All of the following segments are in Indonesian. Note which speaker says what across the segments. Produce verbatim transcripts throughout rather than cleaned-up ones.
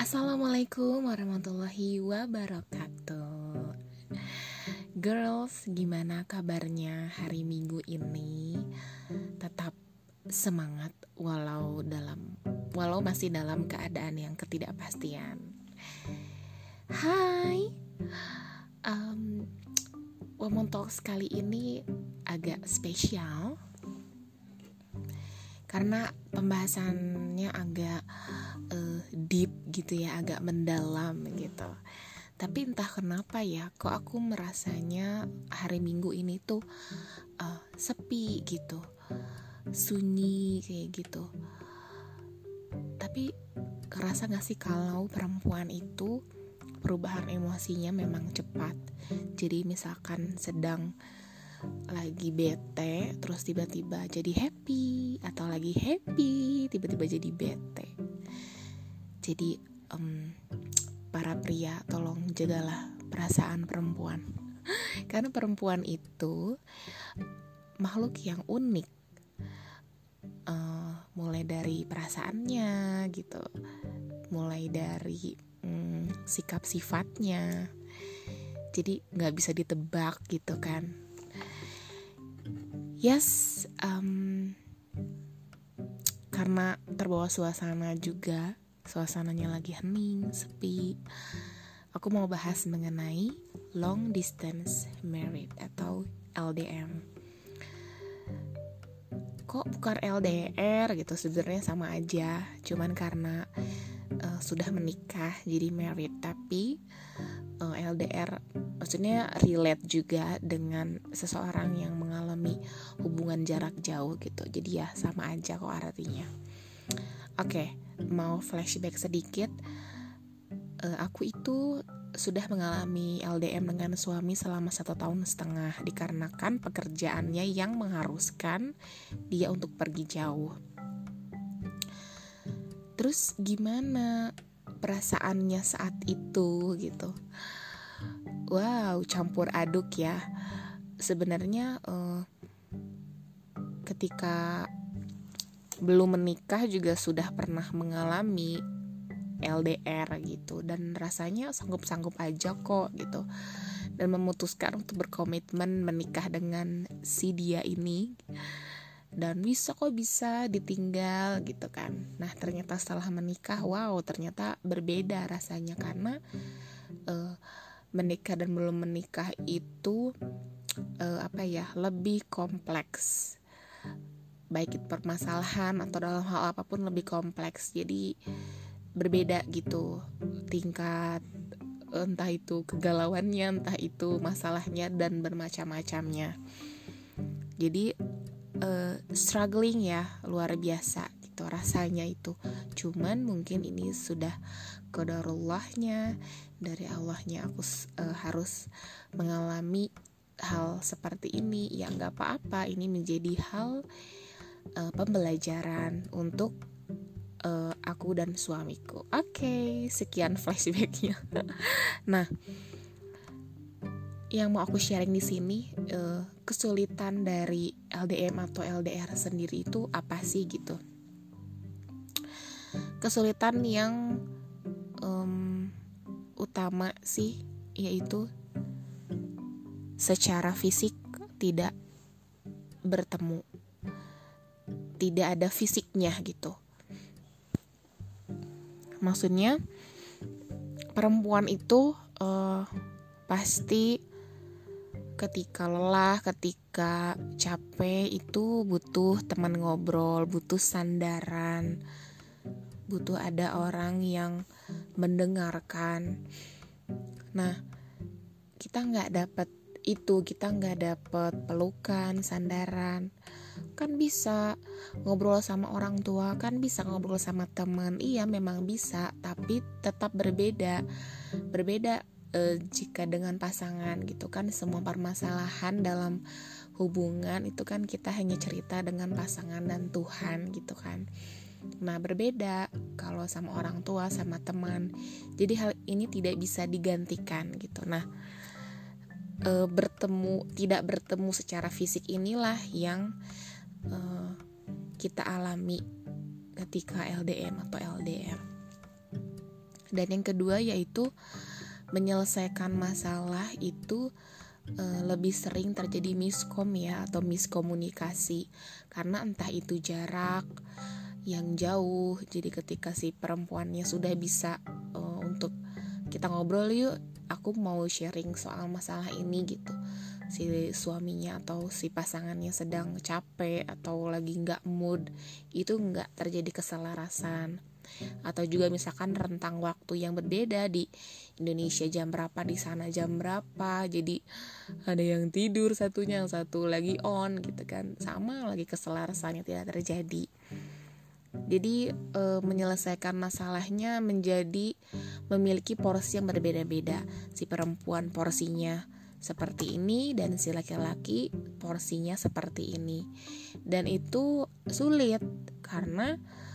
Speaker 1: Assalamualaikum warahmatullahi wabarakatuh. Girls, gimana kabarnya hari Minggu ini? Tetap semangat walau dalam walau masih dalam keadaan yang ketidakpastian. Hai, um, Women Talks kali ini agak spesial karena pembahasannya agak uh, deep gitu ya, agak mendalam gitu. Tapi entah kenapa ya, kok aku merasanya hari Minggu ini tuh uh, sepi gitu, sunyi kayak gitu. Tapi kerasa gak sih kalau perempuan itu perubahan emosinya memang cepat. Jadi misalkan sedang lagi bete terus tiba-tiba jadi happy, atau lagi happy tiba-tiba jadi bete. Jadi um, para pria tolong jagalah perasaan perempuan karena perempuan itu makhluk yang unik, uh, mulai dari perasaannya gitu, mulai dari um, sikap sifatnya, jadi nggak bisa ditebak gitu kan. Yes, um, karena terbawa suasana juga, suasananya lagi hening, sepi. Aku mau bahas mengenai long distance marriage atau L D M. Kok bukan L D R gitu? Sebenarnya sama aja, cuman karena uh, sudah menikah jadi married. Tapi uh, L D R maksudnya relate juga dengan seseorang yang mengalami hubungan jarak jauh gitu. Jadi ya sama aja kok artinya. Oke, mau flashback sedikit. uh, Aku itu sudah mengalami L D M dengan suami selama satu tahun setengah, dikarenakan pekerjaannya yang mengharuskan dia untuk pergi jauh. Terus gimana perasaannya saat itu gitu? Wow, campur aduk ya. Sebenarnya uh, ketika belum menikah juga sudah pernah mengalami L D R gitu, dan rasanya sanggup-sanggup aja kok gitu, dan memutuskan untuk berkomitmen menikah dengan si dia ini, dan bisa kok bisa ditinggal gitu kan. Nah ternyata setelah menikah, wow ternyata berbeda rasanya, karena uh, menikah dan belum menikah itu uh, apa ya, lebih kompleks, baik itu permasalahan atau dalam hal apapun lebih kompleks. Jadi berbeda gitu tingkat, entah itu kegalauannya, entah itu masalahnya, dan bermacam-macamnya. Jadi uh, struggling ya, luar biasa gitu rasanya itu. Cuman mungkin ini sudah qadarullahnya, dari Allahnya aku uh, harus mengalami hal seperti ini. Ya gak apa-apa, ini menjadi hal uh, pembelajaran untuk uh, aku dan suamiku. Oke, okay, sekian flashbacknya. Nah, yang mau aku sharing di sini, uh, kesulitan dari L D M atau L D R sendiri itu apa sih gitu? Kesulitan yang um, utama sih yaitu secara fisik tidak bertemu, tidak ada fisiknya gitu. Maksudnya perempuan itu uh, pasti ketika lelah, ketika capek itu butuh teman ngobrol, butuh sandaran, butuh ada orang yang mendengarkan. Nah, kita nggak dapet itu, kita nggak dapet pelukan, sandaran. Kan bisa ngobrol sama orang tua, kan bisa ngobrol sama teman, iya memang bisa, tapi tetap berbeda. Berbeda eh, jika dengan pasangan gitu kan. Semua permasalahan dalam hubungan itu kan kita hanya cerita dengan pasangan dan Tuhan gitu kan. Nah berbeda kalau sama orang tua, sama teman. Jadi hal ini tidak bisa digantikan gitu. Nah e, bertemu, tidak bertemu secara fisik inilah yang e, kita alami ketika L D M atau L D R. Dan yang kedua yaitu menyelesaikan masalah itu e, lebih sering terjadi miskom ya, atau miskomunikasi, karena entah itu jarak yang jauh. Jadi ketika si perempuannya sudah bisa e, untuk kita ngobrol yuk, aku mau sharing soal masalah ini gitu, si suaminya atau si pasangannya sedang capek atau lagi nggak mood, itu nggak terjadi keselarasan. Atau juga misalkan rentang waktu yang berbeda, di Indonesia jam berapa, di sana jam berapa, jadi ada yang tidur satunya, yang satu lagi on gitu kan, sama lagi keselarasannya tidak terjadi. Jadi e, menyelesaikan masalahnya menjadi memiliki porsi yang berbeda-beda. Si perempuan porsinya seperti ini dan si laki-laki porsinya seperti ini. Dan itu sulit karena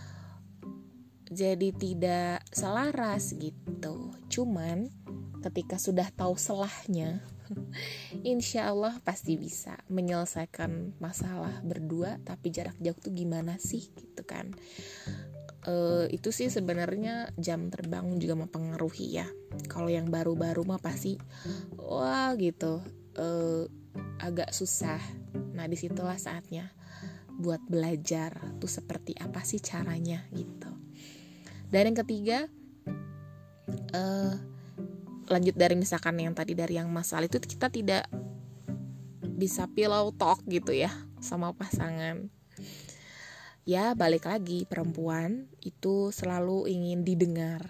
Speaker 1: jadi tidak selaras gitu. Cuman ketika sudah tahu selahnya, insya Allah pasti bisa menyelesaikan masalah berdua. Tapi jarak jauh tuh gimana sih gitu kan. E, itu sih sebenarnya jam terbang juga mempengaruhi ya. Kalau yang baru-baru mah pasti wah gitu, e, agak susah. Nah disitulah saatnya buat belajar tuh seperti apa sih caranya gitu. Dan yang ketiga, uh, lanjut dari misalkan yang tadi dari yang masalah itu, kita tidak bisa pillow talk gitu ya sama pasangan. Ya balik lagi, perempuan itu selalu ingin didengar,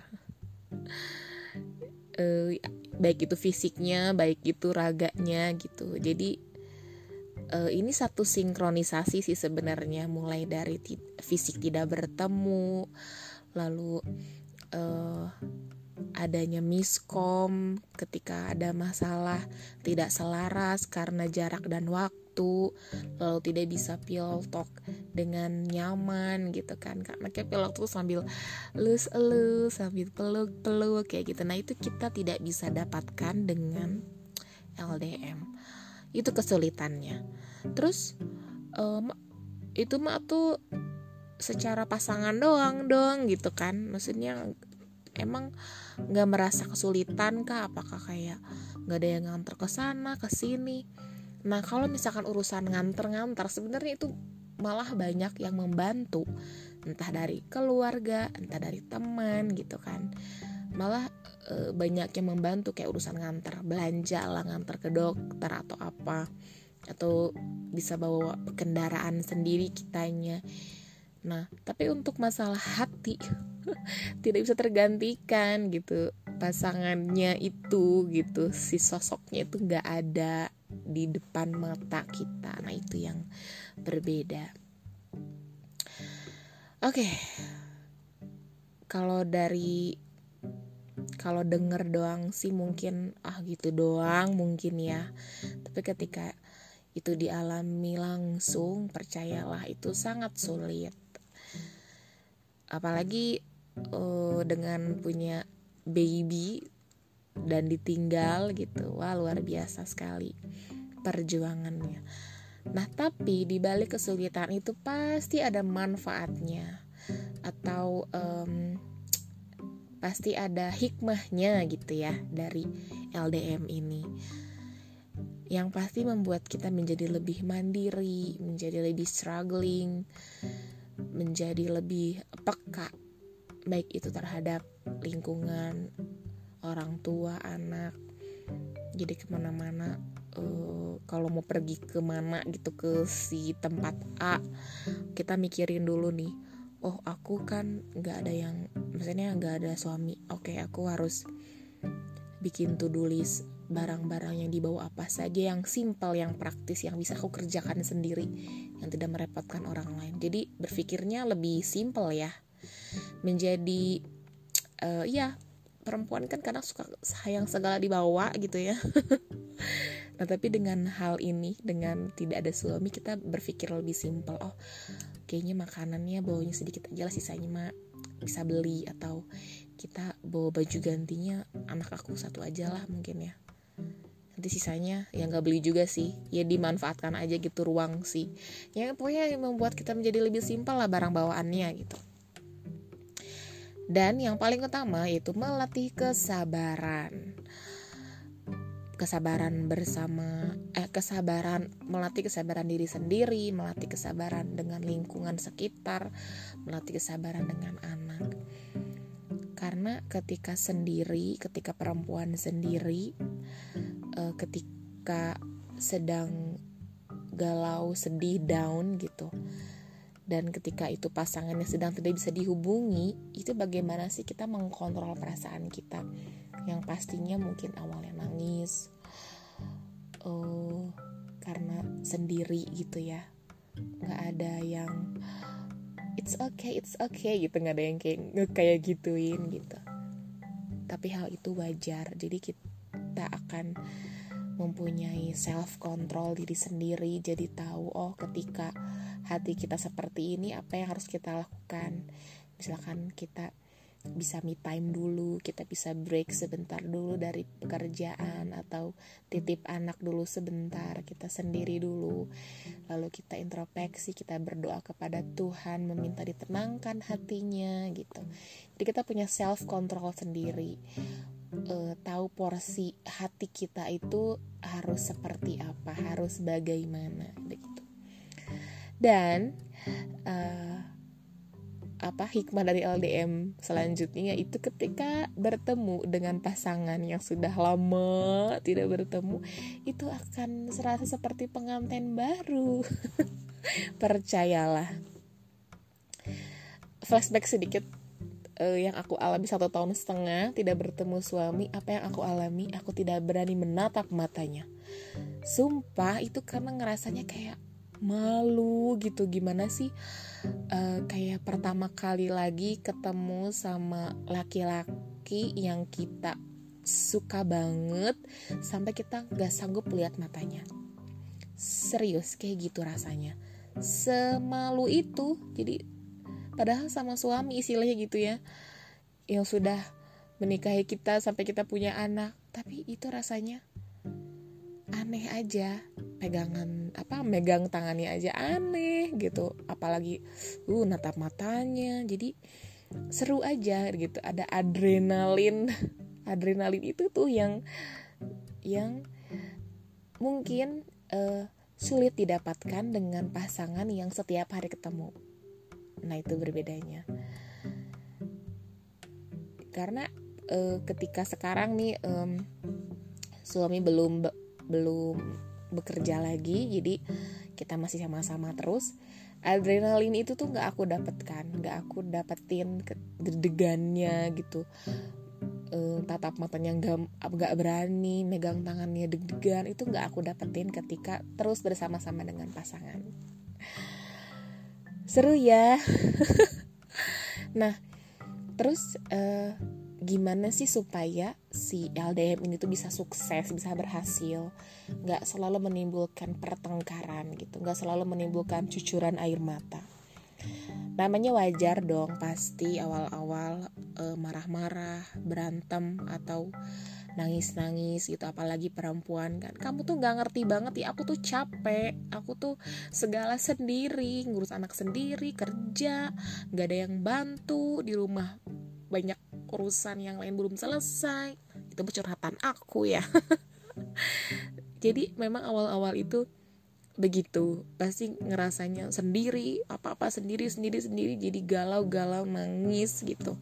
Speaker 1: uh, baik itu fisiknya, baik itu raganya gitu. Jadi uh, ini satu sinkronisasi sih sebenarnya, mulai dari t- fisik tidak bertemu, lalu uh, adanya miskom ketika ada masalah, tidak selaras karena jarak dan waktu, lalu tidak bisa pillow talk dengan nyaman gitu kan. Karena kayak pillow talk sambil elus-elus, sambil peluk-peluk kayak gitu. Nah itu kita tidak bisa dapatkan dengan L D M. Itu kesulitannya. Terus um, itu mah tuh secara pasangan doang dong gitu kan. Maksudnya emang gak merasa kesulitan kah? Apakah kayak gak ada yang nganter ke sana ke sini? Nah kalau misalkan urusan nganter-nganter, sebenarnya itu malah banyak yang membantu, entah dari keluarga, entah dari teman gitu kan. Malah e, banyak yang membantu, kayak urusan nganter belanja lah, nganter ke dokter atau apa, atau bisa bawa kendaraan sendiri kitanya. Nah, tapi untuk masalah hati tidak bisa tergantikan gitu. Pasangannya itu gitu, si sosoknya itu gak ada di depan mata kita. Nah, itu yang berbeda. Oke. Okay. Kalau dari kalau denger doang sih mungkin ah gitu doang mungkin ya. Tapi ketika itu dialami langsung, percayalah itu sangat sulit. Apalagi uh, dengan punya baby dan ditinggal gitu. Wah luar biasa sekali perjuangannya. Nah tapi di balik kesulitan itu pasti ada manfaatnya, atau um, pasti ada hikmahnya gitu ya dari L D M ini, yang pasti membuat kita menjadi lebih mandiri, menjadi lebih struggling, menjadi lebih peka, baik itu terhadap lingkungan, orang tua, anak. Jadi kemana-mana, uh, kalau mau pergi kemana gitu, ke si tempat A, kita mikirin dulu nih, oh aku kan gak ada yang, maksudnya gak ada suami, oke okay, aku harus bikin to do list barang-barang yang dibawa apa saja, yang simple, yang praktis, yang bisa aku kerjakan sendiri, yang tidak merepotkan orang lain. Jadi berpikirnya lebih simple ya. Menjadi uh, ya perempuan kan kadang suka sayang segala dibawa gitu ya. Nah tapi dengan hal ini, dengan tidak ada suami, kita berpikir lebih simple. Oh kayaknya makanannya bawanya sedikit aja lah, sisanya mah bisa beli, atau kita bawa baju gantinya anak aku satu aja lah mungkin ya, nanti sisanya ya nggak beli juga sih, ya dimanfaatkan aja gitu ruang sih. Ya pokoknya yang membuat kita menjadi lebih simpel lah barang bawaannya gitu. Dan yang paling utama yaitu melatih kesabaran. Kesabaran bersama eh kesabaran melatih kesabaran diri sendiri, melatih kesabaran dengan lingkungan sekitar, melatih kesabaran dengan anak. Karena ketika sendiri, ketika perempuan sendiri, eh, ketika sedang galau, sedih, down gitu, dan ketika itu pasangannya sedang tidak bisa dihubungi, itu bagaimana sih kita mengkontrol perasaan kita yang pastinya mungkin awalnya nangis uh, karena sendiri gitu ya, nggak ada yang it's okay it's okay gitu, nggak ada yang kayak kayak gituin gitu. Tapi hal itu wajar, jadi kita akan mempunyai self control diri sendiri, jadi tahu oh ketika hati kita seperti ini apa yang harus kita lakukan. Misalkan kita bisa me time dulu, kita bisa break sebentar dulu dari pekerjaan, atau titip anak dulu sebentar, kita sendiri dulu, lalu kita introspeksi, kita berdoa kepada Tuhan, meminta ditenangkan hatinya gitu. Jadi kita punya self control sendiri, e, tahu porsi hati kita itu harus seperti apa, harus bagaimana gitu. Dan uh, apa hikmah dari L D M selanjutnya itu ketika bertemu dengan pasangan yang sudah lama tidak bertemu, itu akan serasa seperti pengantin baru. Percayalah. Flashback sedikit, uh, yang aku alami satu tahun setengah tidak bertemu suami. Apa yang aku alami, aku tidak berani menatap matanya. Sumpah itu karena ngerasanya kayak malu gitu. Gimana sih uh, kayak pertama kali lagi ketemu sama laki-laki yang kita suka banget sampai kita gak sanggup lihat matanya. Serius kayak gitu rasanya, semalu itu. Jadi padahal sama suami istilahnya gitu ya, yang sudah menikahi kita sampai kita punya anak, tapi itu rasanya aneh aja. Pegangan apa megang tangannya aja aneh gitu, apalagi uh natap matanya. Jadi seru aja gitu, ada adrenalin. Adrenalin itu tuh yang yang mungkin uh, sulit didapatkan dengan pasangan yang setiap hari ketemu. Nah itu berbedanya. Karena uh, ketika sekarang nih um, suami belum belum bekerja lagi, jadi kita masih sama-sama terus. Adrenalin itu tuh nggak aku dapatkan, nggak aku dapetin deg-degannya gitu, e, tatap matanya nggak nggak berani, megang tangannya deg-degan, itu nggak aku dapetin ketika terus bersama-sama dengan pasangan. Seru ya. Nah terus e, gimana sih supaya si L D M ini tuh bisa sukses, bisa berhasil, gak selalu menimbulkan pertengkaran gitu, gak selalu menimbulkan cucuran air mata. Namanya wajar dong pasti awal-awal e, marah-marah, berantem, atau nangis-nangis gitu, apalagi perempuan kan. Kamu tuh gak ngerti banget ya, aku tuh capek, aku tuh segala sendiri, ngurus anak sendiri, kerja, gak ada yang bantu di rumah, banyak urusan yang lain belum selesai. Itu curhatan aku ya. Jadi memang awal-awal itu begitu, pasti ngerasanya sendiri, apa-apa sendiri sendiri sendiri, jadi galau-galau, nangis gitu.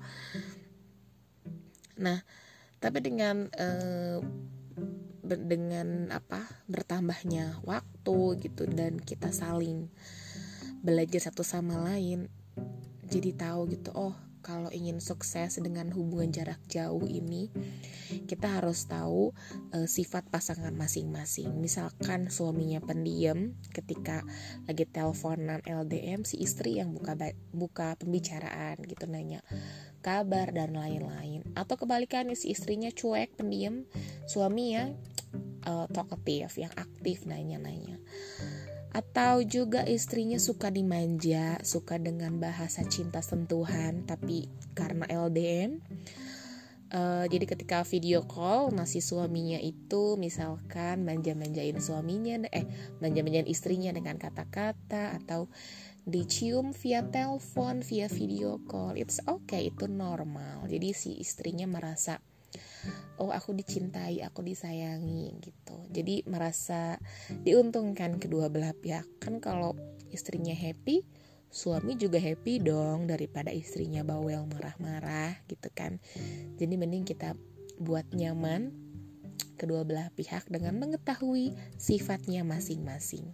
Speaker 1: Nah tapi dengan eh, dengan apa bertambahnya waktu gitu, dan kita saling belajar satu sama lain, jadi tahu gitu, oh kalau ingin sukses dengan hubungan jarak jauh ini, kita harus tahu e, sifat pasangan masing-masing. Misalkan suaminya pendiam, ketika lagi teleponan L D M, si istri yang buka buka pembicaraan gitu, nanya kabar dan lain-lain. Atau kebalikannya, si istrinya cuek, pendiam, suami yang e, talkative, yang aktif, nanya-nanya. Atau juga istrinya suka dimanja, suka dengan bahasa cinta sentuhan, tapi karena L D M, uh, jadi ketika video call, nasi suaminya itu misalkan manja-manjain suaminya, eh manja-manjain istrinya dengan kata-kata, atau dicium via telepon, via video call, it's okay, itu normal. Jadi si istrinya merasa, oh aku dicintai, aku disayangi gitu. Jadi merasa diuntungkan kedua belah pihak. Kan kalau istrinya happy, suami juga happy dong, daripada istrinya bawel marah-marah gitu kan. Jadi mending kita buat nyaman kedua belah pihak dengan mengetahui sifatnya masing-masing.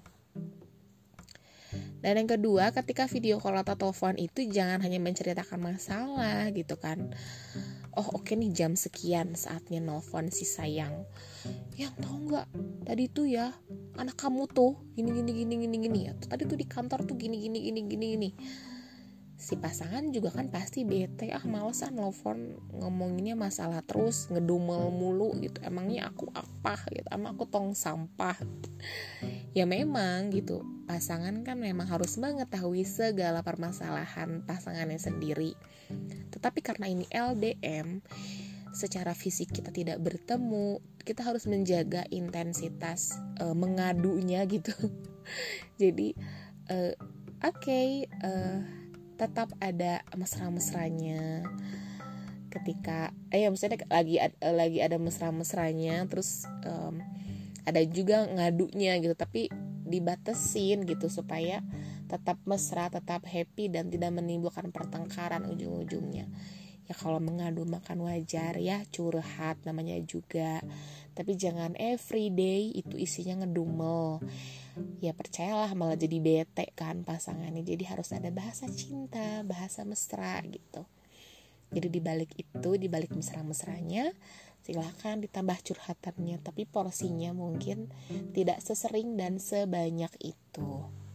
Speaker 1: Dan yang kedua, ketika video call atau telepon itu jangan hanya menceritakan masalah gitu kan. Oh oke nih jam sekian saatnya nelfon si sayang. Yang tahu nggak, tadi tuh ya anak kamu tuh gini gini gini gini gini ya. Tadi tuh di kantor tuh gini gini gini gini gini. Si pasangan juga kan pasti bete, ah males ah nelfon, ngomonginnya masalah terus, ngedumel mulu gitu. Emangnya aku apa gitu, emang aku tong sampah. Ya memang gitu, pasangan kan memang harus mengetahui segala permasalahan pasangannya sendiri. Tetapi karena ini L D M, secara fisik kita tidak bertemu, kita harus menjaga intensitas uh, mengadunya gitu. Jadi uh, oke okay, uh, tetap ada mesra-mesranya ketika eh ya maksudnya lagi uh, lagi ada mesra-mesranya, terus um, ada juga ngadunya gitu, tapi dibatasin gitu supaya tetap mesra, tetap happy dan tidak menimbulkan pertengkaran ujung-ujungnya. Ya kalau mengadu makan wajar ya, curhat namanya juga, tapi jangan everyday itu isinya ngedumel. Ya percayalah malah jadi bete kan pasangannya. Jadi harus ada bahasa cinta, bahasa mesra gitu. Jadi dibalik itu, dibalik mesra-mesranya, silahkan ditambah curhatannya, tapi porsinya mungkin tidak sesering dan sebanyak itu.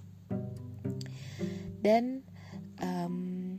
Speaker 1: Dan um,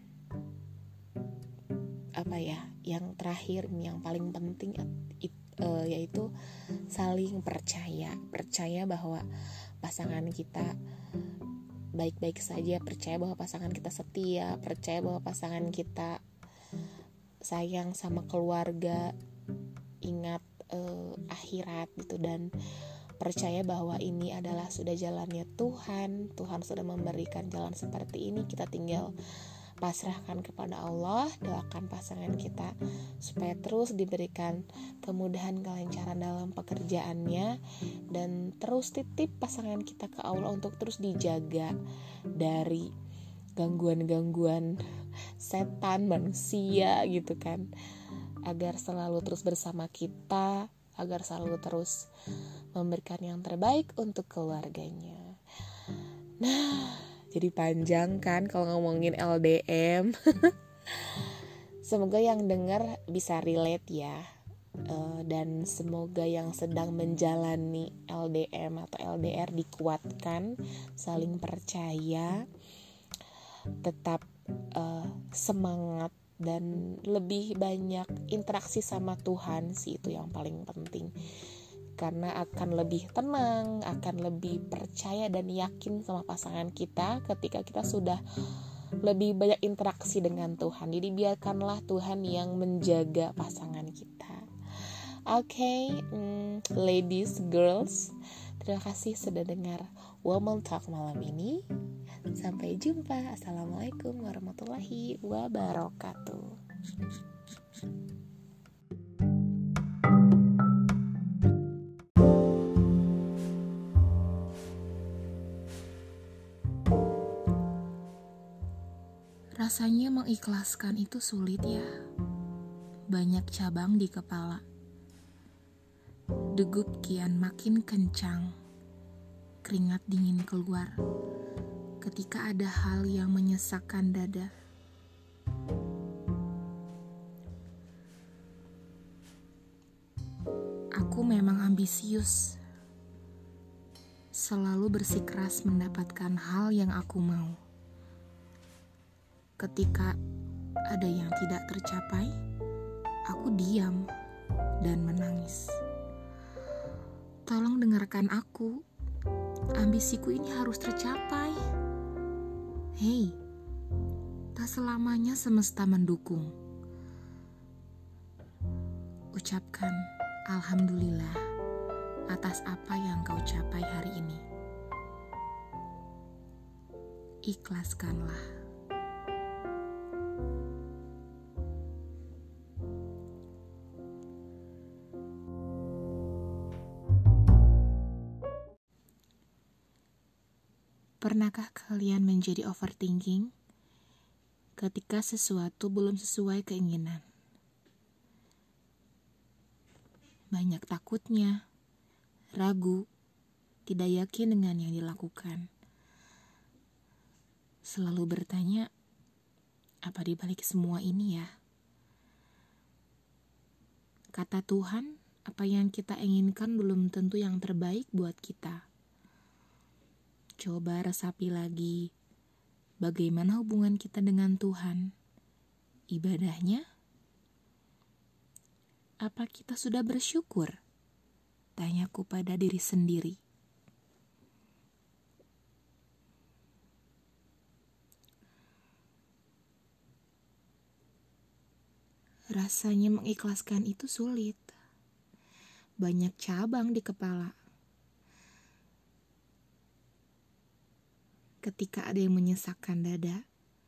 Speaker 1: apa ya, yang terakhir yang paling penting it, uh, yaitu saling percaya, percaya bahwa pasangan kita baik-baik saja, percaya bahwa pasangan kita setia, percaya bahwa pasangan kita sayang sama keluarga, ingat uh, akhirat gitu, dan percaya bahwa ini adalah sudah jalannya Tuhan. Tuhan sudah memberikan jalan seperti ini, kita tinggal pasrahkan kepada Allah. Doakan pasangan kita supaya terus diberikan kemudahan, kelancaran dalam pekerjaannya, dan terus titip pasangan kita ke Allah untuk terus dijaga dari gangguan-gangguan setan manusia gitu kan, agar selalu terus bersama kita, agar selalu terus memberikan yang terbaik untuk keluarganya. Nah, jadi panjang kan kalau ngomongin L D M. Semoga yang dengar bisa relate ya, uh, dan semoga yang sedang menjalani L D M atau L D R dikuatkan, saling percaya, tetap uh, semangat, dan lebih banyak interaksi sama Tuhan sih, itu yang paling penting. Karena akan lebih tenang, akan lebih percaya dan yakin sama pasangan kita ketika kita sudah lebih banyak interaksi dengan Tuhan. Jadi biarkanlah Tuhan yang menjaga pasangan kita. Oke, okay, hmm, ladies, girls, terima kasih sudah dengar Woman Talk malam ini. Sampai jumpa. Assalamualaikum warahmatullahi wabarakatuh.
Speaker 2: Rasanya mengikhlaskan itu sulit ya. Banyak cabang di kepala. Degup kian makin kencang. Keringat dingin keluar ketika ada hal yang menyesakkan dada. Aku memang ambisius. Selalu bersikeras mendapatkan hal yang aku mau. Ketika ada yang tidak tercapai, aku diam dan menangis. Tolong dengarkan aku. Ambisiku ini harus tercapai. Hei, tak selamanya semesta mendukung. Ucapkan alhamdulillah atas apa yang kau capai hari ini. ikhlaskanlah. Pernahkah kalian menjadi overthinking ketika sesuatu belum sesuai keinginan? Banyak takutnya, ragu, tidak yakin dengan yang dilakukan. Selalu bertanya, apa di balik semua ini ya? Kata Tuhan, apa yang kita inginkan belum tentu yang terbaik buat kita. Coba resapi lagi, bagaimana hubungan kita dengan Tuhan? Ibadahnya? Apa kita sudah bersyukur? Tanyaku pada diri sendiri. Rasanya mengikhlaskan itu sulit. Banyak cabang di kepala. Ketika ada yang menyesakkan dada,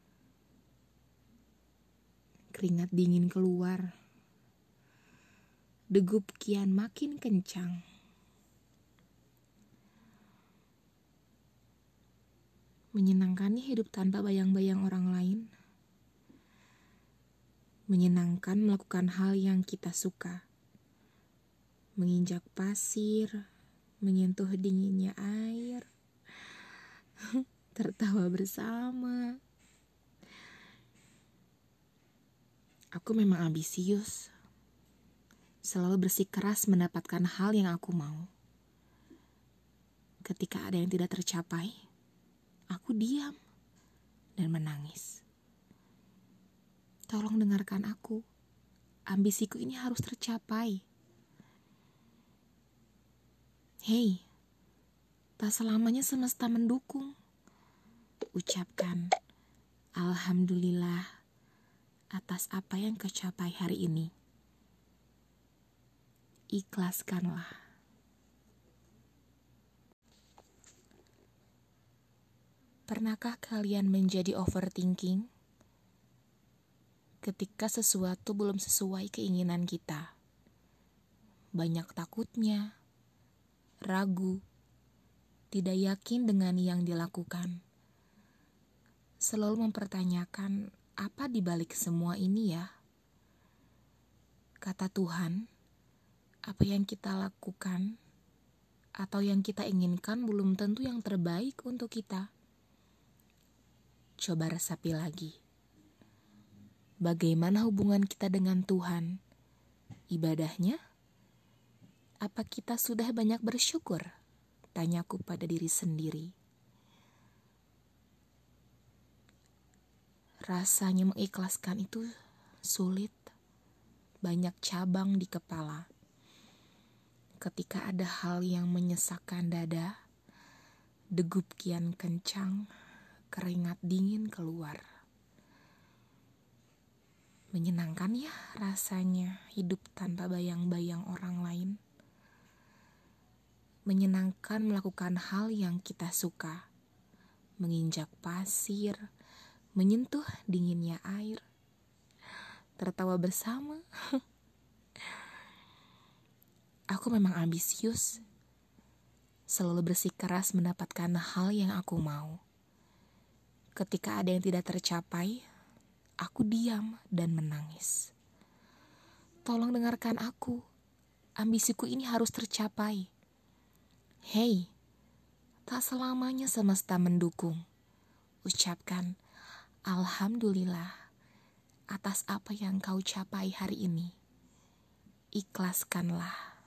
Speaker 2: keringat dingin keluar, degup kian makin kencang. Menyenangkannya hidup tanpa bayang-bayang orang lain. Menyenangkan melakukan hal yang kita suka. Menginjak pasir, menyentuh dinginnya air, tertawa bersama. Aku memang ambisius. Selalu bersikeras mendapatkan hal yang aku mau. Ketika ada yang tidak tercapai, aku diam dan menangis. Tolong dengarkan aku. Ambisiku ini harus tercapai. Hei, tak selamanya semesta mendukung. Ucapkan, Alhamdulillah atas apa yang kau capai hari ini. Ikhlaskanlah. Pernahkah kalian menjadi overthinking ketika sesuatu belum sesuai keinginan kita? Banyak takutnya, ragu, tidak yakin dengan yang dilakukan. Selalu mempertanyakan, apa di balik semua ini ya? Kata Tuhan, apa yang kita lakukan atau yang kita inginkan belum tentu yang terbaik untuk kita. Coba resapi lagi. Bagaimana hubungan kita dengan Tuhan? Ibadahnya? Apa kita sudah banyak bersyukur? Tanyaku pada diri sendiri. Rasanya mengikhlaskan itu sulit. Banyak cabang di kepala. Ketika ada hal yang menyesakkan dada, degup kian kencang, keringat dingin keluar. Menyenangkan ya rasanya hidup tanpa bayang-bayang orang lain. Menyenangkan melakukan hal yang kita suka. Menginjak pasir, menyentuh dinginnya air, tertawa bersama. Aku memang ambisius. Selalu bersikeras mendapatkan hal yang aku mau. Ketika ada yang tidak tercapai, aku diam dan menangis. Tolong dengarkan aku. Ambisiku ini harus tercapai. Hei, tak selamanya semesta mendukung. Ucapkan, Alhamdulillah atas apa yang kau capai hari ini. Ikhlaskanlah.